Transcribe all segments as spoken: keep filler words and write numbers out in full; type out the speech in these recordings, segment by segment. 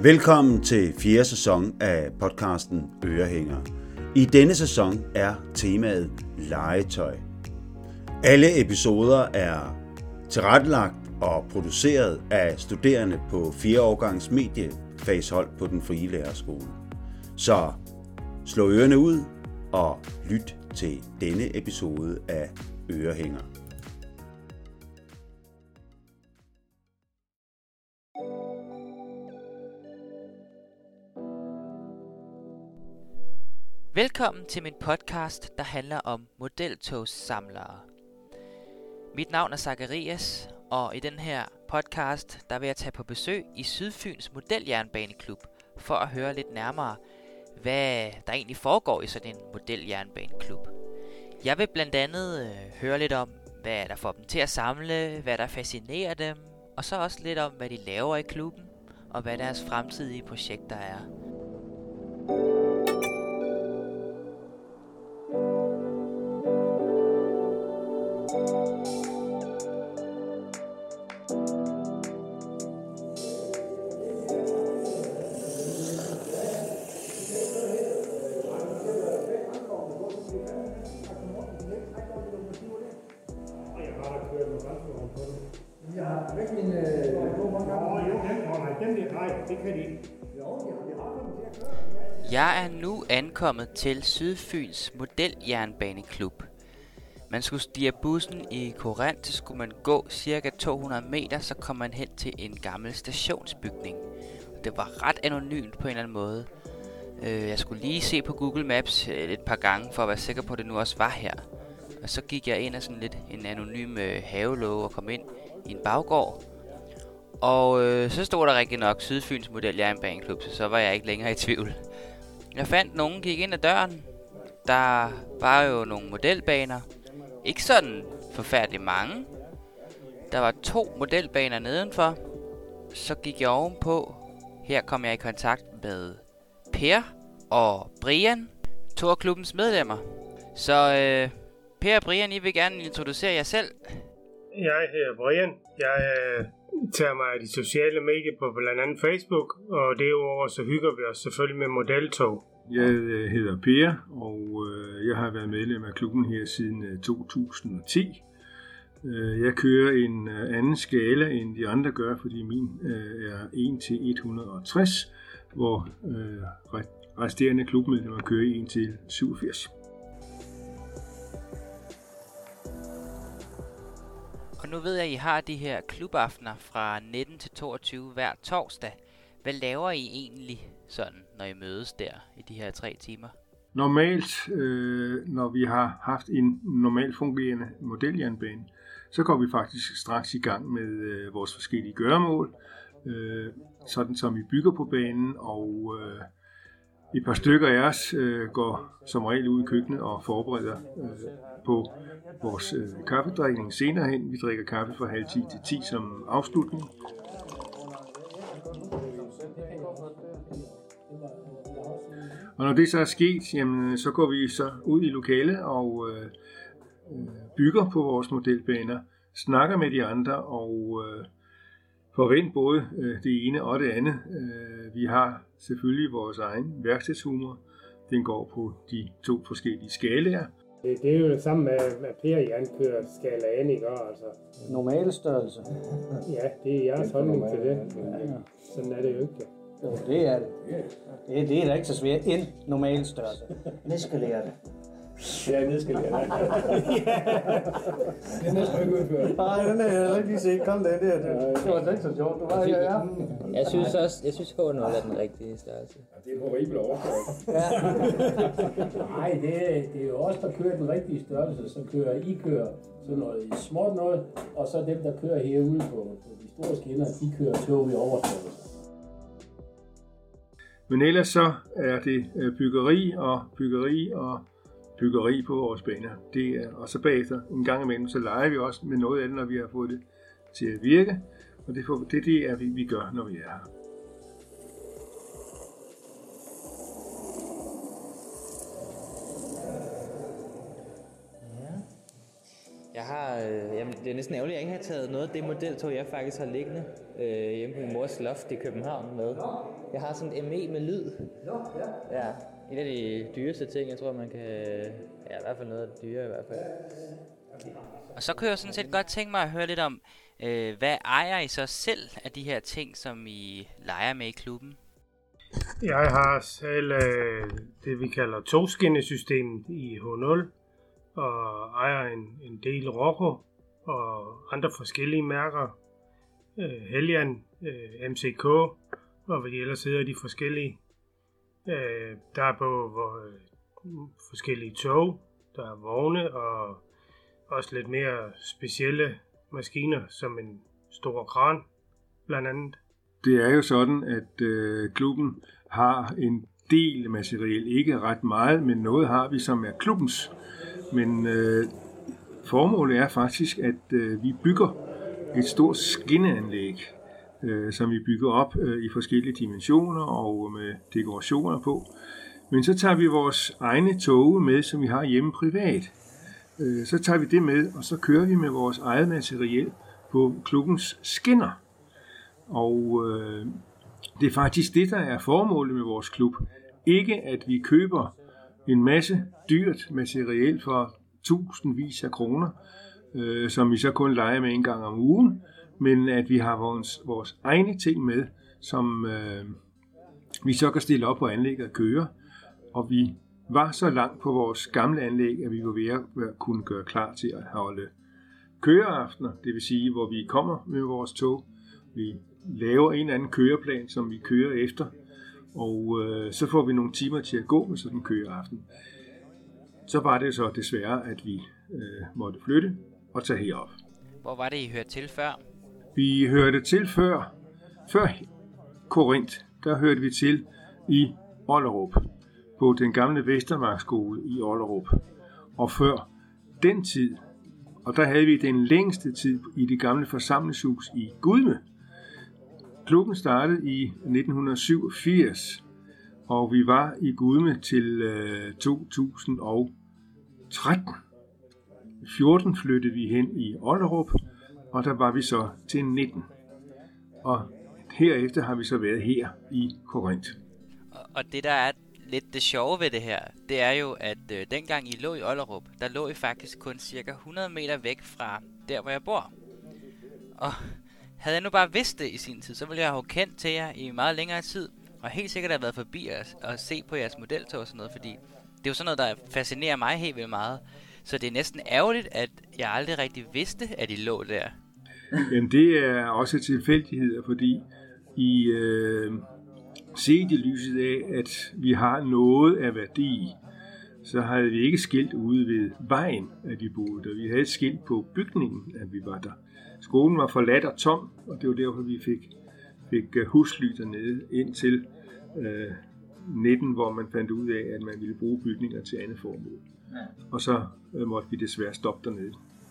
Velkommen til fjerde sæson af podcasten Ørehænger. I denne sæson er temaet legetøj. Alle episoder er tilrettelagt og produceret af studerende på fjerde årgangs mediefagshold på Den Frie Lærerskole. Så slå ørerne ud og lyt til denne episode af Ørehænger. Velkommen til min podcast, der handler om modeltogssamlere. Mit navn er Zacharias, og i den her podcast, der vil jeg tage på besøg i Sydfyns Modeljernbaneklub, for at høre lidt nærmere, hvad der egentlig foregår i sådan en modeljernbaneklub. Jeg vil blandt andet øh, høre lidt om, hvad der får dem til at samle, hvad der fascinerer dem, og så også lidt om, hvad de laver i klubben, og hvad deres fremtidige projekter er. Jeg er nu ankommet til Sydfyns Modeljernbaneklub. Man skulle stige bussen i Korinth, så skulle man gå cirka to hundrede meter, så kom man hen til en gammel stationsbygning. Det var ret anonymt på en eller anden måde. Jeg skulle lige se på Google Maps et par gange, for at være sikker på, at det nu også var her. Og så gik jeg ind af sådan lidt en anonym havelåge og kom ind i en baggård. Og øh, så stod der rigtig nok Sydfyns Modeljernbaneklub, så så var jeg ikke længere i tvivl. Jeg fandt nogen, gik ind ad døren. Der var jo nogle modelbaner. Ikke sådan forfærdeligt mange. Der var to modelbaner nedenfor. Så gik jeg ovenpå. Her kom jeg i kontakt med Per og Brian, to af klubbens medlemmer. Så øh, Per og Brian, I vil gerne introducere jer selv. Jeg hedder Brian. Jeg øh, tager mig af de sociale medier på blandt andet Facebook, og derudover så hygger vi os selvfølgelig med modeltog. Jeg hedder Per, og øh, jeg har været medlem af klubben her siden øh, to tusind og ti. Øh, jeg kører en øh, anden skala end de andre gør, fordi min øh, er en til et hundrede og tres, hvor øh, resterende klubmedlemmer kører en til syvogfirs. Og nu ved jeg, at I har de her klubaftener fra nitten til toogtyve hver torsdag. Hvad laver I egentlig sådan, når I mødes der i de her tre timer? Normalt, øh, når vi har haft en normalt fungerende modeljernbane, så går vi faktisk straks i gang med øh, vores forskellige gøremål, øh, sådan som vi bygger på banen, og øh, et par stykker af os øh, går som regel ud i køkkenet og forbereder øh, på vores øh, kaffedrikning senere hen. Vi drikker kaffe fra halv ti til ti som afslutning. Og når det så er sket, jamen, så går vi så ud i lokalet og øh, bygger på vores modelbaner, snakker med de andre og øh, forventer både øh, det ene og det andet. Øh, vi har selvfølgelig vores egen værkstedshumor. Den går på de to forskellige skalaer. Det, det er jo det samme med, med Per i kører skala N, ikke? Altså. Normale størrelse. Ja, det er jeres holdning til det. Sådan er det jo ikke. Jo, det er det. Det er, det er da ikke så svært. En normal størrelse. Nedskalere det. Ja, nedskalere det. Det er næsten ikke udført. Nej, den er jeg ikke lige set. Kom der, det er det. Det var ikke så sjovt. Du var ikke, ja. Jeg synes også, jeg synes H nul er den rigtige størrelse. Ja, det er horribelt overført. Ja. Nej, det er, det er jo os, der kører den rigtige størrelse, så kører I kører sådan noget småt noget, og så dem, der kører herude på, på de store skinner, de kører tog i overstørrelse. Men ellers så er det byggeri og byggeri og byggeri på vores baner. Det er, og så bagefter en gang imellem, så leger vi også med noget af det, når vi har fået det til at virke. Og det, får, det, det er, vi, vi gør, når vi er her. Jeg har, øh, jamen, det er næsten ærgerligt, at jeg ikke har taget noget af det modeltog, jeg faktisk har liggende øh, hjemme på min mors loft i København med. Jeg har sådan et M E med lyd. Ja, en af de dyreste ting, jeg tror, man kan... Ja, i hvert fald noget af det dyre i hvert fald. Og så kunne jeg sådan set godt tænke mig at høre lidt om, øh, hvad ejer I så selv af de her ting, som I leger med i klubben? Jeg har selv øh, det, vi kalder togskinnesystemet i H nul, og ejer en, en del Rocco og andre forskellige mærker. Øh, Hellian, øh, M C K, og hvad de ellers hedder, de forskellige. Øh, der er på hvor, øh, forskellige tog, der er vogne og også lidt mere specielle maskiner, som en stor kran, blandt andet. Det er jo sådan, at øh, klubben har en del materiel, ikke ret meget, men noget har vi, som er klubbens. Men øh, formålet er faktisk, at øh, vi bygger et stort skinneanlæg, øh, som vi bygger op øh, i forskellige dimensioner og med dekorationer på. Men så tager vi vores egne toge med, som vi har hjemme privat. Øh, så tager vi det med, og så kører vi med vores eget materiel på klubbens skinner. Og øh, det er faktisk det, der er formålet med vores klub. Ikke at vi køber en masse dyrt materiel for tusindvis af kroner, øh, som vi så kun leger med en gang om ugen, men at vi har vores, vores egne ting med, som øh, vi så kan stille op på anlægget og køre. Og vi var så langt på vores gamle anlæg, at vi var ved at kunne gøre klar til at holde køreaftener, det vil sige, hvor vi kommer med vores tog. Vi laver en eller anden køreplan, som vi kører efter, og øh, så får vi nogle timer til at gå med sådan en køreaften. Så var det så desværre, at vi øh, måtte flytte og tage herop. Hvor var det, I hørte til før? Vi hørte til før, før Korinth, der hørte vi til i Ollerup, på den gamle Vestermarkskole i Ollerup. Og før den tid, og der havde vi den længste tid i det gamle forsamlingshus i Gudme. Klubben startede i nitten syvogfirs, og vi var i Gudme til øh, to tusind og tretten. fjorten flyttede vi hen i Ollerup, og der var vi så til nitten. Og herefter har vi så været her i Korinth. Og, og det der er lidt det sjove ved det her, det er jo, at øh, dengang I lå i Ollerup, der lå I faktisk kun cirka hundrede meter væk fra der, hvor jeg bor. Og havde jeg nu bare vidst det i sin tid, så ville jeg have kendt til jer i meget længere tid, og helt sikkert have været forbi os og se på jeres modeltog og sådan noget, fordi det er jo sådan noget, der fascinerer mig helt vildt meget. Så det er næsten ærgerligt, at jeg aldrig rigtig vidste, at I lå der. Jamen det er også tilfældigheder, fordi I øh, set i lyset af, at vi har noget af værdi, så havde vi ikke skilt ude ved vejen, at vi boede der. Vi havde et skilt på bygningen, at vi var der. Skolen var forladt og tom, og det var derfor, vi fik, fik husly dernede indtil øh, nitten, hvor man fandt ud af, at man ville bruge bygninger til andet formål. Ja. Og så øh, måtte vi desværre stoppe dernede.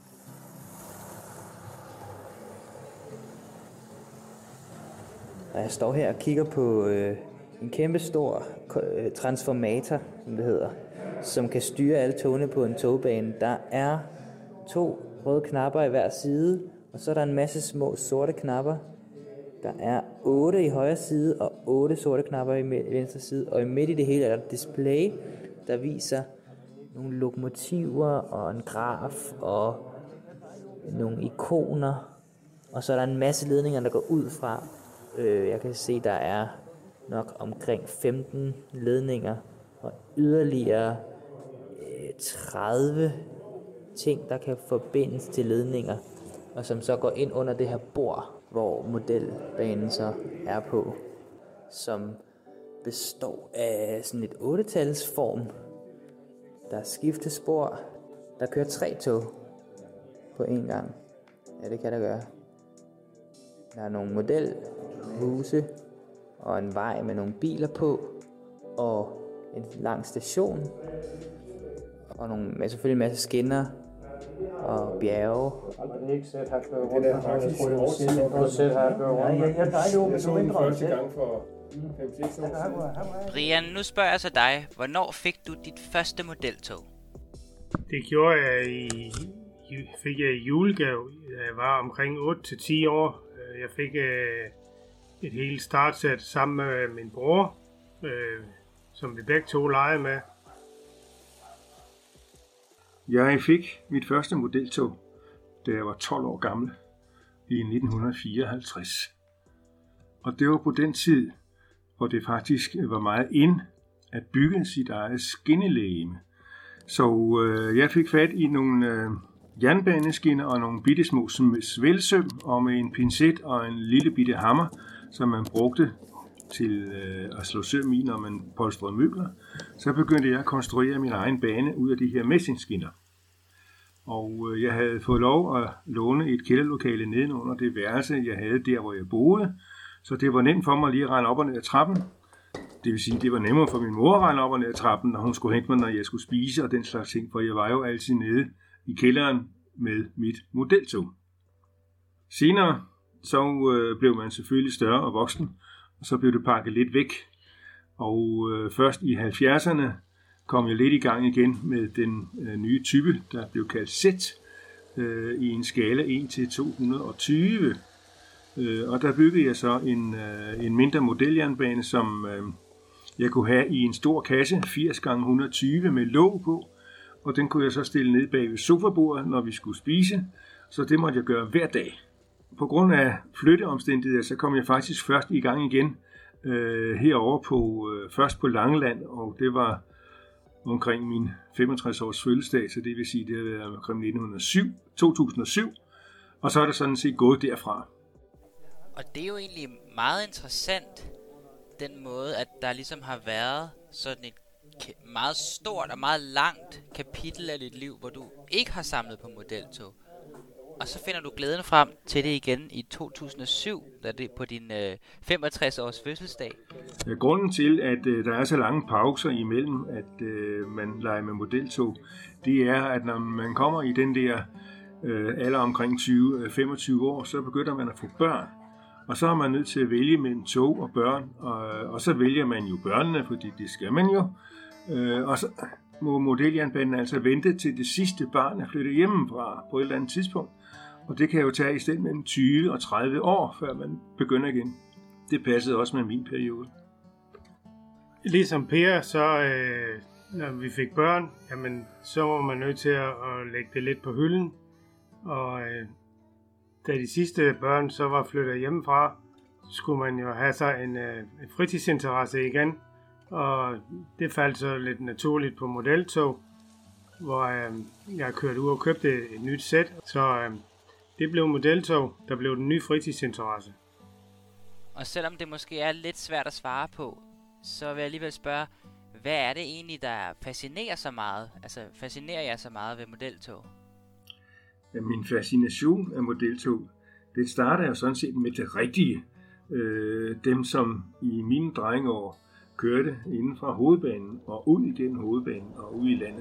Jeg står her og kigger på øh, en kæmpe stor øh, transformator, som det hedder, som kan styre alle togene på en togbane. Der er to røde knapper i hver side, og så er der en masse små sorte knapper. Der er otte i højre side og otte sorte knapper i venstre side, og i midt i det hele er der et display, der viser nogle lokomotiver og en graf og nogle ikoner, og så er der en masse ledninger, der går ud fra. Jeg kan se, der er nok omkring femten ledninger og yderligere tredive ting, der kan forbindes til ledninger, og som så går ind under det her bord, hvor modelbanen så er på, som består af sådan et otte-tals-form. Der er skiftespor. Der kører tre tog på én gang. Ja, det kan der gøre. Der er nogle modelhuse og en vej med nogle biler på, og en lang station, og nogle, med selvfølgelig en masse skinner og bjerge. Ikke sæt her kører rundt. Det er faktisk over sæt her kører rundt. Jeg plejer jo med to indre første gang for fem seks år. Brian, nu spørger jeg så dig, hvornår fik du dit første modeltog? Det gjorde jeg i fik jeg i julegave. Jeg var omkring otte til ti år. Jeg fik øh, et helt startsæt sammen med min bror, øh, som vi begge to legede med. Jeg fik mit første modeltog, da jeg var tolv år gammel, i nitten fireoghalvtreds. Og det var på den tid, hvor det faktisk var meget ind at bygge sit eget skinnelegeme. Så øh, jeg fik fat i nogle øh, jernbaneskinner og nogle bitte små svælsøm, og med en pincet og en lille bitte hammer, som man brugte til øh, at slå søm i, når man polstrede møbler, så begyndte jeg at konstruere min egen bane ud af de her messingskinner. Og øh, jeg havde fået lov at låne et kælderlokale nedenunder det værelse, jeg havde der, hvor jeg boede, så det var nemt for mig lige at rende op og ned ad trappen. Det vil sige, det var nemmere for min mor at rende op og ned ad trappen, når hun skulle hente mig, når jeg skulle spise og den slags ting, for jeg var jo altid nede i kælderen med mit modeltog. Senere så øh, blev man selvfølgelig større og voksen, og så blev det pakket lidt væk. Og øh, først i halvfjerdserne kom jeg lidt i gang igen med den øh, nye type, der blev kaldt Z, øh, i en skala en til to hundrede og tyve. Øh, og der byggede jeg så en, øh, en mindre modeljernbane, som øh, jeg kunne have i en stor kasse, firs gange et hundrede og tyve med låg på. Og den kunne jeg så stille ned bag ved sofabordet, når vi skulle spise. Så det måtte jeg gøre hver dag. På grund af flytteomstændigheder, så kom jeg faktisk først i gang igen øh, herovre på, øh, først på Langeland, og det var omkring min femogtres års fødselsdag, så det vil sige, det har været omkring nitten syv, to tusind og syv, og så er det sådan set gået derfra. Og det er jo egentlig meget interessant, den måde, at der ligesom har været sådan et meget stort og meget langt kapitel af dit liv, hvor du ikke har samlet på modeltog. Og så finder du glæden frem til det igen i to tusind og syv, da det på din øh, femogtres års fødselsdag. Grunden til, at øh, der er så lange pauser imellem, at øh, man leger med modeltog, det er, at når man kommer i den der øh, alder omkring tyve til femogtyve år, så begynder man at få børn. Og så er man nødt til at vælge mellem tog og børn, og, og så vælger man jo børnene, fordi det skal man jo. Øh, og så må modeljernbanen altså vente til det sidste barn er flyttet hjemmefra på et eller andet tidspunkt. Og det kan jo tage i stedet mellem tyve og tredive år, før man begynder igen. Det passede også med min periode. Ligesom Per, så øh, når vi fik børn, jamen, så var man nødt til at, at lægge det lidt på hylden. Og øh, da de sidste børn så var flyttet hjemmefra, så skulle man jo have sig en, øh, en fritidsinteresse igen. Og det faldt så lidt naturligt på modeltog, hvor øh, jeg kørte ud og købte et nyt sæt. Så øh, det blev modeltog, der blev den nye fritidsinteresse. Og selvom det måske er lidt svært at svare på, så vil jeg alligevel spørge, hvad er det egentlig, der fascinerer så meget? Altså fascinerer jeg så meget ved modeltog? Ja, min fascination af modeltog, det starter jo sådan set med det rigtige. Øh, dem, som i mine drengeår kørte inden fra hovedbanen og ud igennem hovedbanen og ud i landet.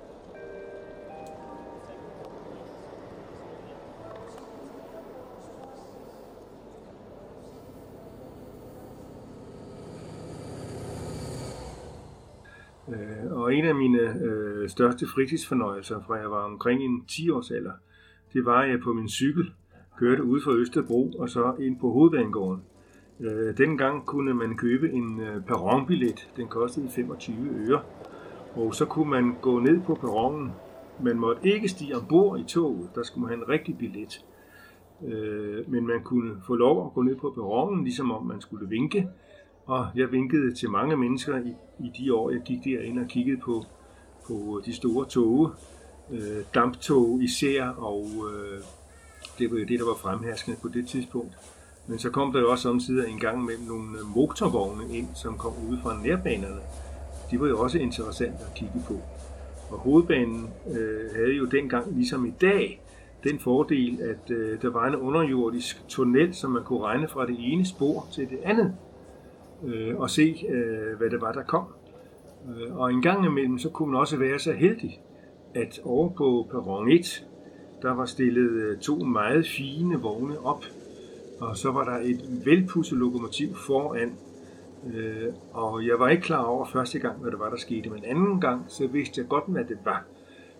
Og en af mine øh, største fritidsfornøjelser, fra jeg var omkring en ti års alder, det var, at jeg på min cykel kørte ud fra Østerbro og så ind på Hovedbanegården. Øh, dengang kunne man købe en øh, perronbillet. Den kostede femogtyve øre. Og så kunne man gå ned på perronen. Man måtte ikke stige ombord i toget. Der skulle man have en rigtig billet. Øh, men man kunne få lov at gå ned på perronen, ligesom om man skulle vinke. Og jeg vinkede til mange mennesker i, i de år, jeg gik derinde og kiggede på, på de store toge. Øh, damptog især, og øh, det var jo det, der var fremherskende på det tidspunkt. Men så kom der jo også samtidig en gang mellem nogle motorvogne ind, som kom ude fra nærbanerne. De var jo også interessante at kigge på. Og hovedbanen øh, havde jo dengang, ligesom i dag, den fordel, at øh, der var en underjordisk tunnel, som man kunne regne fra det ene spor til det andet. Øh, og se, øh, hvad det var, der kom. Øh, og en gang imellem, så kunne man også være så heldig, at over på perron et, der var stillet øh, to meget fine vogne op. Og så var der et velpudset lokomotiv foran. Øh, og jeg var ikke klar over første gang, hvad det var, der skete. Men anden gang, så vidste jeg godt, hvad det var.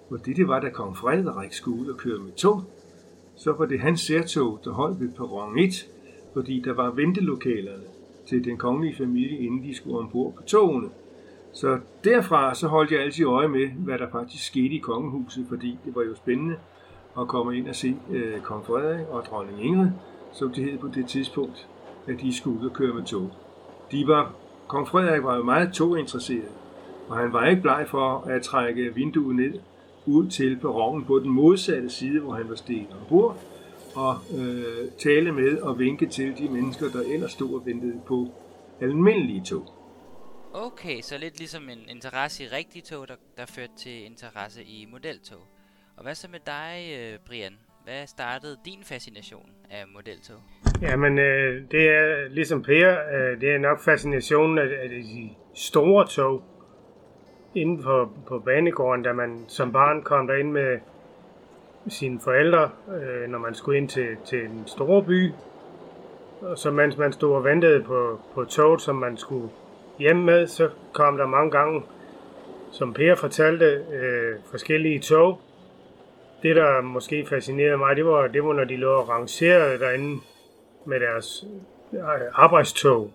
fordi det var, da kong Frederik skulle ud og køre med tog, så var det hans særtog, der holdt ved perron et, fordi der var ventelokalerne til den kongelige familie, inden de skulle ombord på togene. Så derfra så holdt jeg altid øje med, hvad der faktisk skete i kongehuset, fordi det var jo spændende at komme ind og se øh, kong Frederik og dronning Ingrid, som det hed på det tidspunkt, at de skulle ud og køre med tog. De var, kong Frederik var jo meget toginteresseret, og han var ikke bleg for at trække vinduet ned ud til perronen på den modsatte side, hvor han var steget ombord, og øh, tale med og vinke til de mennesker, der ellers stod og ventede på almindelige tog. Okay, så lidt ligesom en interesse i rigtige tog, der, der førte til interesse i modeltog. Og hvad så med dig, Brian? Hvad startede din fascination af modeltog? Jamen, øh, det er ligesom Per, øh, det er nok fascinationen af, af de store tog inden for på banegården, da man som barn kom derind med sine forældre, øh, når man skulle ind til, til en store by. Og så mens man stod og ventede på, på toget, som man skulle hjem med, så kom der mange gange, som Per fortalte, øh, forskellige tog. Det, der måske fascinerede mig, det var, det var når de lå og rangerede derinde med deres arbejdstog.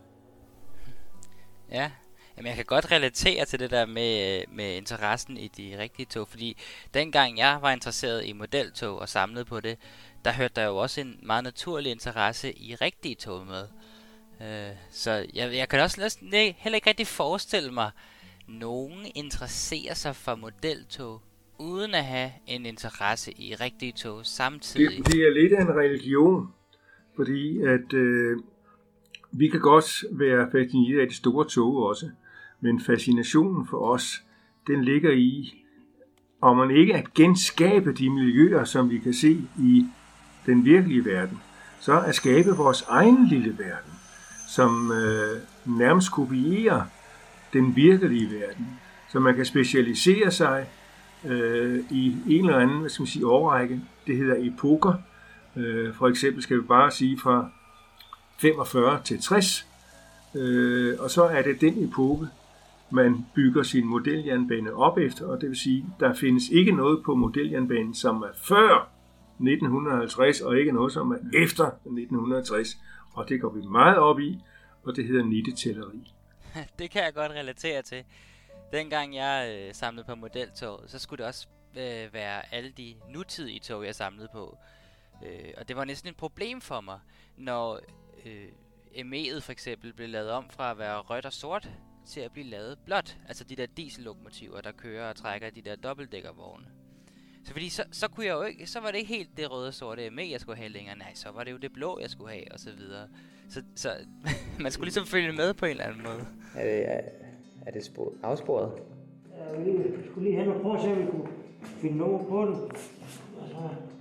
Ja, jamen jeg kan godt relatere til det der med, med interessen i de rigtige tog, fordi dengang jeg var interesseret i modeltog og samlede på det, der hørte der jo også en meget naturlig interesse i rigtige tog med. Uh, så jeg, jeg kan også næsten heller ikke rigtig forestille mig, nogen interesserer sig for modeltog, uden at have en interesse i rigtige tog samtidig. Det, det er lidt af en religion, fordi at øh, vi kan godt være fascineret af de store tog også, men fascinationen for os, den ligger i, om man ikke at genskabe de miljøer, som vi kan se i den virkelige verden, så at skabe vores egen lille verden, som øh, nærmest kopierer den virkelige verden, så man kan specialisere sig øh, i en eller anden, hvad skal man sige, årrække. Det hedder epoker. Øh, for eksempel skal vi bare sige fra femogfyrre til tres, øh, og så er det den epoke, man bygger sin modeljernbane op efter, og det vil sige, der findes ikke noget på modeljernbanen, som er før nitten halvtreds, og ikke noget, som er efter nitten tres, og det går vi meget op i, og det hedder nittetælleri. Det kan jeg godt relatere til. Dengang jeg øh, samlede på modeltog, så skulle det også øh, være alle de nutidige tog, jeg samlede på. Øh, og det var næsten et problem for mig, når øh, M E'et for eksempel blev lavet om fra at være rødt og sort til at blive lavet blåt. Altså de der diesellokomotiver, der kører og trækker de der dobbeltdækkervogne. Så fordi så, så kunne jeg jo ikke, så var det ikke helt det røde og sorte M E, jeg skulle have længere. Nej, så var det jo det blå, jeg skulle have, og så videre. Så, så man skulle ligesom følge med på en eller anden måde. Er det, er, er det spor, afsporet? Ja, vi skulle lige hen og prøve at se, om vi kunne finde noget på den. Altså.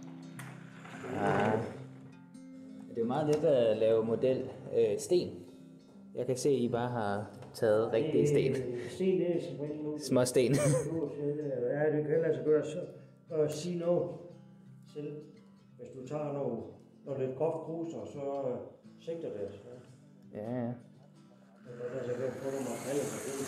Ja. Det er jo meget let at lave model øh, sten. Jeg kan se, at I bare har taget rigtige sten. Sten, det er simpelthen nu. Små sten. Ja, det kan lade sig gøre så. Og sige noget selv. Hvis du tager noget, noget lidt groft grus, og så uh, sigter det. Så. Ja, ja. Det er så godt, at man kalder sig.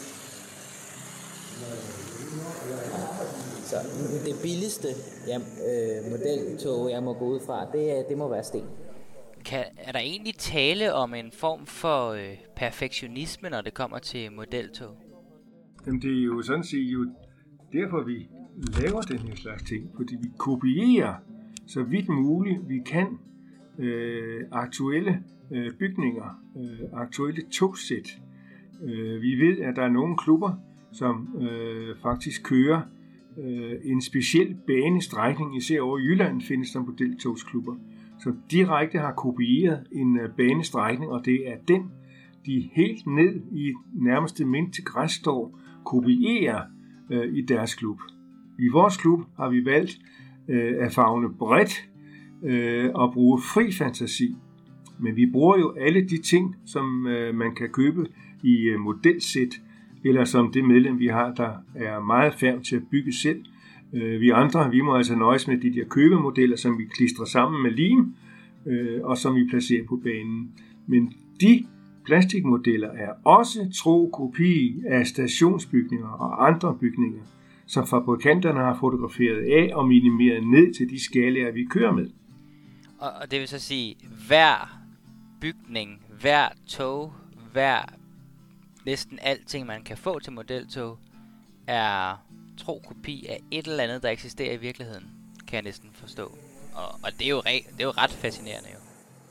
Så det billigste ja, øh, modeltog, jeg må gå ud fra, det, det må være sten. Kan, er der egentlig tale om en form for øh, perfektionisme, når det kommer til modeltog? Jamen det er jo sådan set jo derfor, vi laver den her slags ting, fordi vi kopierer så vidt muligt, vi kan øh, aktuelle øh, bygninger, øh, aktuelle togsæt. Øh, vi ved, at der er nogle klubber, som øh, faktisk kører øh, en speciel banestrækning, især over i Jylland findes der modeltogsklubber, som direkte har kopieret en øh, banestrækning, og det er den, de helt ned i nærmeste mindste græsstrå kopierer øh, i deres klub. I vores klub har vi valgt øh, at favne bredt øh, og bruge fri fantasi. Men vi bruger jo alle de ting, som øh, man kan købe i øh, modelsæt, eller som det medlem, vi har, der er meget færdig til at bygge selv. Øh, vi andre, vi må altså nøjes med de der købemodeller, som vi klistrer sammen med lim, øh, og som vi placerer på banen. Men de plastikmodeller er også tro kopi af stationsbygninger og andre bygninger. som fabrikanterne har fotograferet af og minimeret ned til de skalaer, vi kører med. Og, og det vil så sige, hver bygning, hver tog, hver næsten alting, man kan få til modeltog, er tro kopi af et eller andet, der eksisterer i virkeligheden, kan jeg næsten forstå. Og, og det, er jo re- det er jo ret fascinerende jo.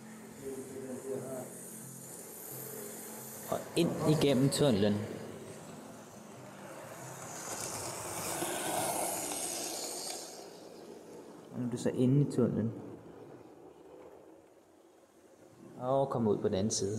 Og ind igennem tunnelen. Og nu er du så inde i tunnelen. Og kom ud på den anden side.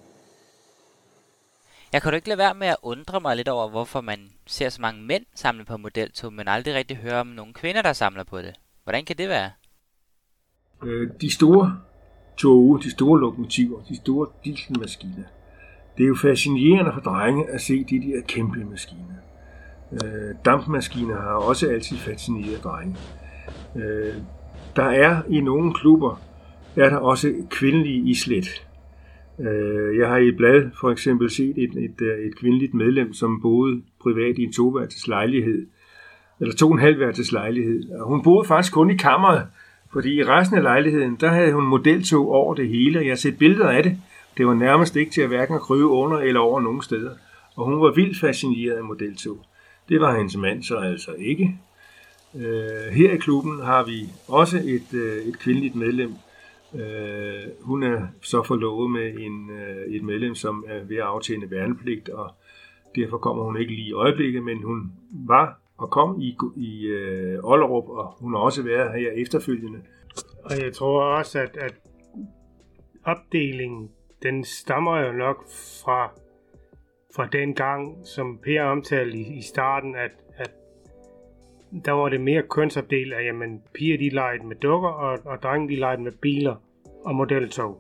Jeg kan jo ikke lade være med at undre mig lidt over, hvorfor man ser så mange mænd samle på modeltog, men aldrig rigtig hører om nogle kvinder, der samler på det. Hvordan kan det være? Øh, de store tog, de store lokomotiver, de store dieselmaskiner, det er jo fascinerende for drenge at se de der kæmpe maskiner. Øh, dampmaskiner har også altid fascineret drenge. Øh, der er i nogle klubber, er der også kvindelige islet. Øh, jeg har i et blad for eksempel set et, et, et kvindeligt medlem, som boede privat i en toværelses lejlighed, eller to og en halv værelses lejlighed. Og hun boede faktisk kun i kammeret, fordi i resten af lejligheden, der havde hun modeltog over det hele, og jeg har set billeder af det. Det var nærmest ikke til at hverken krybe under eller over nogen steder. Og hun var vildt fascineret af modeltog. Det var hendes mand så altså ikke. Øh, her i klubben har vi også et, øh, et kvindeligt medlem. Øh, hun er så forlovet med en, øh, et medlem, som er ved at aftjene værnepligt, og derfor kommer hun ikke lige i øjeblikket, men hun var og kom i, i øh, Ollerup, og hun har også været her efterfølgende. Og jeg tror også, at, at opdelingen, den stammer jo nok fra, fra den gang, som Per omtalte i, i starten, at, at der var det mere kønsopdelt, at jamen, piger de legede med dukker, og, og drenge de legede med biler og modeltog.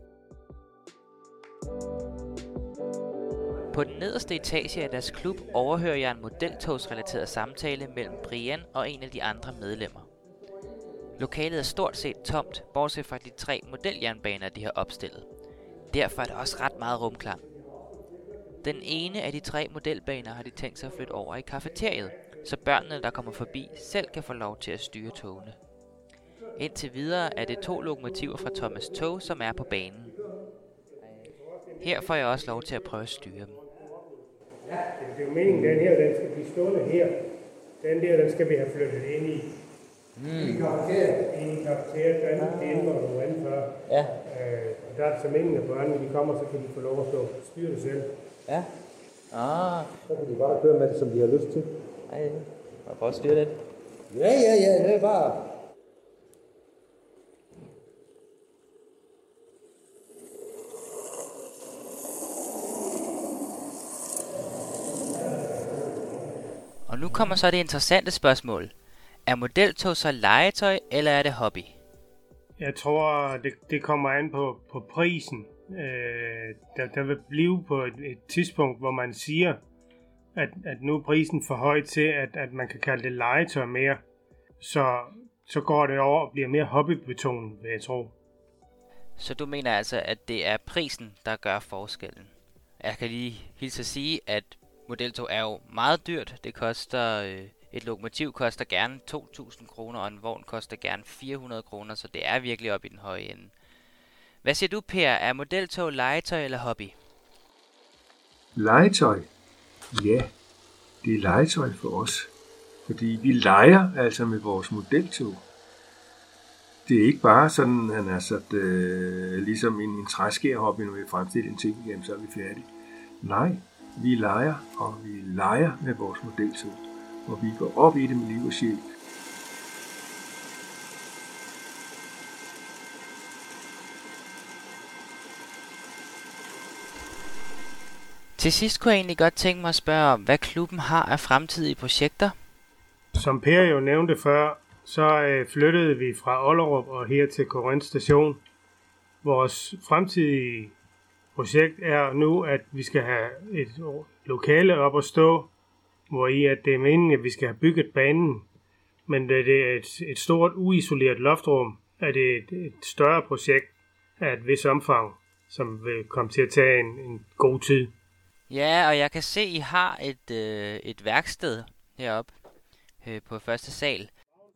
På den nederste etage af deres klub overhører jeg en modeltogsrelateret samtale mellem Brian og en af de andre medlemmer. Lokalet er stort set tomt, bortset fra de tre modeljernbaner, de har opstillet. Derfor er der også ret meget rumklang. Den ene af de tre modelbaner har de tænkt sig at flytte over i kafeteriet, så børnene, der kommer forbi, selv kan få lov til at styre togene. Indtil videre er det to lokomotiver fra Thomas Tog, som er på banen. Her får jeg også lov til at prøve at styre dem. Ja, det er jo meningen, den her, den skal blive stående her. Den der, den skal vi have flyttet ind i. Mm. I kafeteriet. Ind i kafeteriet, der er det inde, hvor du var inde før. Ja. Øh, og der er så meningen, at børnene, de kommer, så kan de få lov at stå og styre det selv. Ja. Ah. Så kan de bare køre med det, som de har lyst til. Ej, jeg prøver at styre lidt. Ja, ja, ja, det er bare... Og nu kommer så det interessante spørgsmål. Er modeltog så legetøj, eller er det hobby? Jeg tror, det, det kommer an på, på prisen. Øh, der, der vil blive på et, et tidspunkt, hvor man siger, at, at nu er prisen for høj til, at, at man kan kalde det legetøj mere. Så, så går det over og bliver mere hobbybetonet, vil jeg tro. Så du mener altså, at det er prisen, der gør forskellen? Jeg kan lige hilse at sige, at modeltog er jo meget dyrt. Det koster, øh, et lokomotiv koster gerne to tusind kroner, og en vogn koster gerne fire hundrede kroner, så det er virkelig op i den høje ende. Hvad siger du, Per? Er modeltog legetøj eller hobby? Legetøj? Ja, det er legetøj for os. Fordi vi leger altså med vores modeltog. Det er ikke bare sådan, han er sat øh, ligesom en, en træskærhobby, når vi fremstiller en ting igen, så er vi færdige. Nej, vi leger, og vi leger med vores modeltog. Og vi går op i det med liv og sjæl. Til sidst kunne jeg egentlig godt tænke mig at spørge om, hvad klubben har af fremtidige projekter. Som Per jo nævnte før, så øh, flyttede vi fra Ollerup og her til Korinth station. Vores fremtidige projekt er nu, at vi skal have et lokale op at stå, hvor i at det er meningen, at vi skal have bygget banen. Men det er et, et stort uisoleret loftrum, at det er et, et større projekt af et vis omfang, som vil komme til at tage en, en god tid. Ja, og jeg kan se, at I har et, øh, et værksted heroppe. øh, på første sal.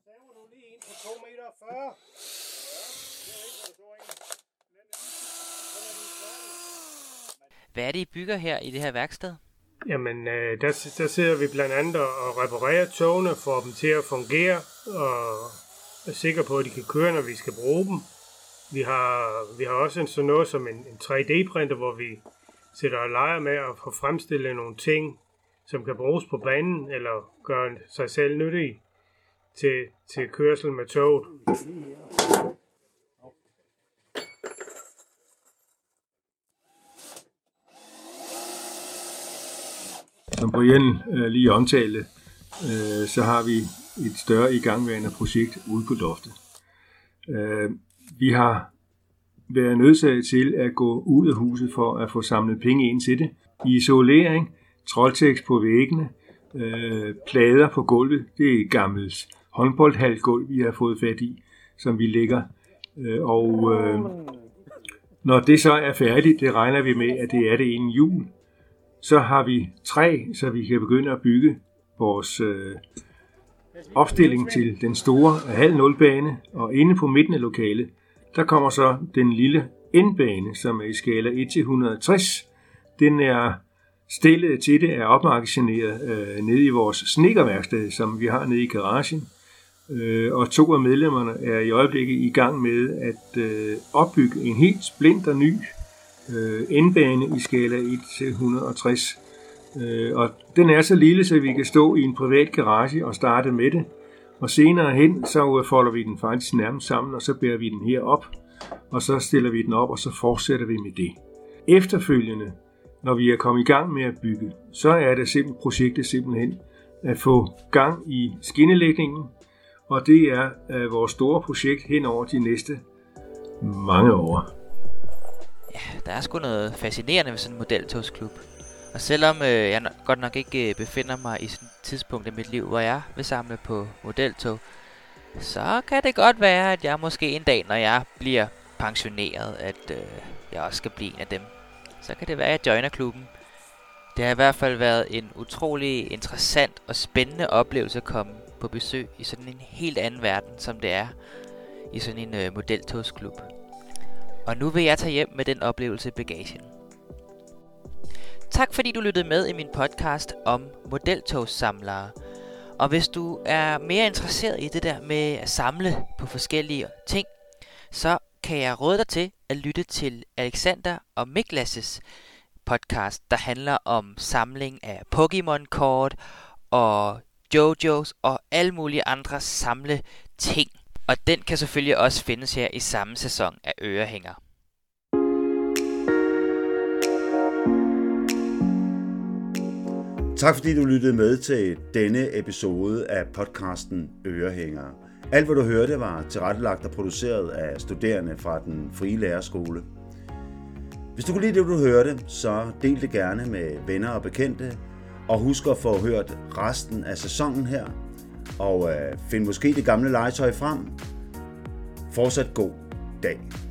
Hvad er det, I bygger her i det her værksted? Jamen, øh, der, der sidder vi blandt andet og reparerer togene, får dem til at fungere, og er sikre på, at de kan køre, når vi skal bruge dem. Vi har, vi har også en, sådan noget som en, en tre D-printer, hvor vi sætter og leger med at få fremstillet nogle ting, som kan bruges på banen, eller gøre sig selv nyttige til, til kørsel med toget. Som Brian øh, lige omtalte, øh, så har vi et større igangværende projekt ude på loftet. Øh, vi har været nødsaget til at gå ud af huset for at få samlet penge ind til det. Isolering, troldtekst på væggene, øh, plader på gulvet, det er et gammelt håndboldhalgulv, vi har fået fat i, som vi lægger. Øh, og øh, når det så er færdigt, det regner vi med, at det er det inden jul, så har vi træ, så vi kan begynde at bygge vores øh, opstilling til den store halv nul-bane, og inde på midten af lokalet, der kommer så den lille N-bane, som er i skala et til et hundrede og tres. Den er stillet til det, er opmagasineret øh, nede i vores snedkerværksted, som vi har nede i garagen. Øh, og to af medlemmerne er i øjeblikket i gang med at øh, opbygge en helt splinter ny øh, N-bane i skala et til et hundrede og tres. Øh, og den er så lille, så vi kan stå i en privat garage og starte med det. Og senere hen, så folder vi den faktisk nærmest sammen, og så bærer vi den her op, og så stiller vi den op, og så fortsætter vi med det. Efterfølgende, når vi er kommet i gang med at bygge, så er det simpelthen projektet simpelthen at få gang i skinnelægningen, og det er uh, vores store projekt hen over de næste mange år. Ja, der er sgu noget fascinerende ved sådan en modeltogsklub. Og selvom øh, jeg no- godt nok ikke øh, befinder mig i sådan et tidspunkt i mit liv, hvor jeg vil samle på modeltog, så kan det godt være, at jeg måske en dag, når jeg bliver pensioneret, at øh, jeg også skal blive en af dem. Så kan det være, at jeg joiner klubben. Det har i hvert fald været en utrolig interessant og spændende oplevelse at komme på besøg i sådan en helt anden verden, som det er i sådan en øh, modeltogsklub. Og nu vil jeg tage hjem med den oplevelse i bagagen. Tak fordi du lyttede med i min podcast om modeltogssamlere. Og hvis du er mere interesseret i det der med at samle på forskellige ting, så kan jeg råde dig til at lytte til Alexander og Miklas' podcast, der handler om samling af Pokémon-kort og JoJo's og alle mulige andre samle ting. Og den kan selvfølgelig også findes her i samme sæson af Ørehænger. Tak fordi du lyttede med til denne episode af podcasten Ørehængere. Alt hvad du hørte var tilrettelagt og produceret af studerende fra den frie lærerskole. Hvis du kunne lide det, du hørte, så del det gerne med venner og bekendte. Og husk at få hørt resten af sæsonen her. Og øh, find måske det gamle legetøj frem. Fortsat god dag.